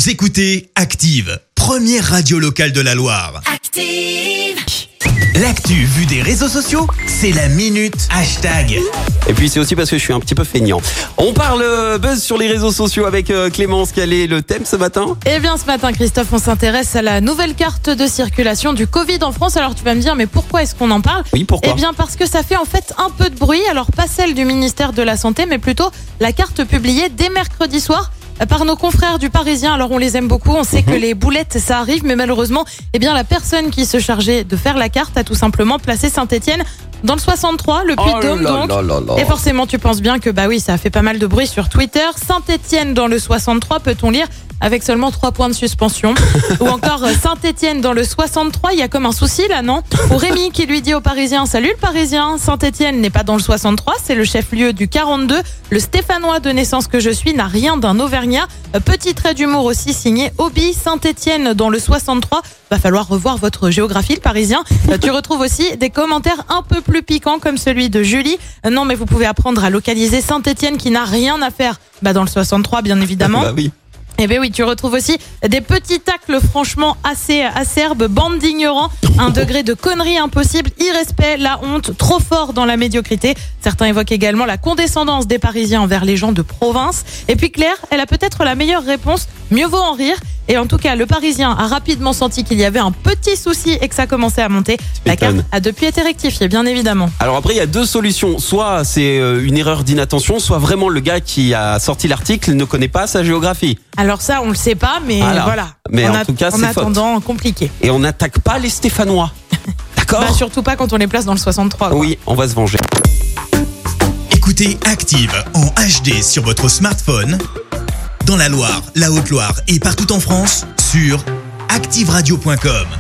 Vous écoutez Active, première radio locale de la Loire. Active. L'actu vue des réseaux sociaux, c'est la minute hashtag. Et puis c'est aussi parce que je suis un petit peu feignant. On parle buzz sur les réseaux sociaux avec Clémence. Quel est le thème ce matin ? Eh bien ce matin Christophe, on s'intéresse à la nouvelle carte de circulation du Covid en France. Alors tu vas me dire mais pourquoi est-ce qu'on en parle ? Oui, pourquoi ? Eh bien parce que ça fait en fait un peu de bruit. Alors pas celle du ministère de la Santé mais plutôt la carte publiée dès mercredi soir par nos confrères du Parisien. Alors on les aime beaucoup, on sait que les boulettes ça arrive, mais malheureusement, eh bien la personne qui se chargeait de faire la carte a tout simplement placé Saint-Étienne dans le 63, le Puy-de-Dôme donc. Et forcément tu penses bien que bah oui, ça a fait pas mal de bruit sur Twitter. Saint-Étienne dans le 63, peut-on lire avec seulement 3 points de suspension. Ou encore Saint-Étienne dans le 63, il y a comme un souci là, non ? Ou Rémi qui lui dit aux Parisiens, salut le Parisien, Saint-Étienne n'est pas dans le 63, c'est le chef-lieu du 42. Le Stéphanois de naissance que je suis n'a rien d'un Auvergnat. Petit trait d'humour aussi signé Obi, Saint-Étienne dans le 63. Va falloir revoir votre géographie, le Parisien. Tu retrouves aussi des commentaires un peu plus piquants comme celui de Julie. Non mais vous pouvez apprendre à localiser Saint-Étienne qui n'a rien à faire dans le 63 bien évidemment. Bah oui. Eh bien oui, tu retrouves aussi des petits tacles franchement assez acerbes, bande d'ignorants, un degré de connerie impossible, irrespect, la honte, trop fort dans la médiocrité. Certains évoquent également la condescendance des Parisiens envers les gens de province. Et puis Claire, elle a peut-être la meilleure réponse, mieux vaut en rire. Et en tout cas, le Parisien a rapidement senti qu'il y avait un petit souci et que ça commençait à monter. La carte a depuis été rectifiée, bien évidemment. Alors après, il y a deux solutions. Soit c'est une erreur d'inattention, soit vraiment le gars qui a sorti l'article ne connaît pas sa géographie. Alors ça, on le sait pas, mais voilà. Mais en tout cas, c'est faute. En attendant, compliqué. Et on n'attaque pas les Stéphanois. D'accord ? Surtout pas quand on les place dans le 63. Oui, on va se venger. Écoutez Active en HD sur votre smartphone, dans la Loire, la Haute-Loire et partout en France, sur activeradio.com.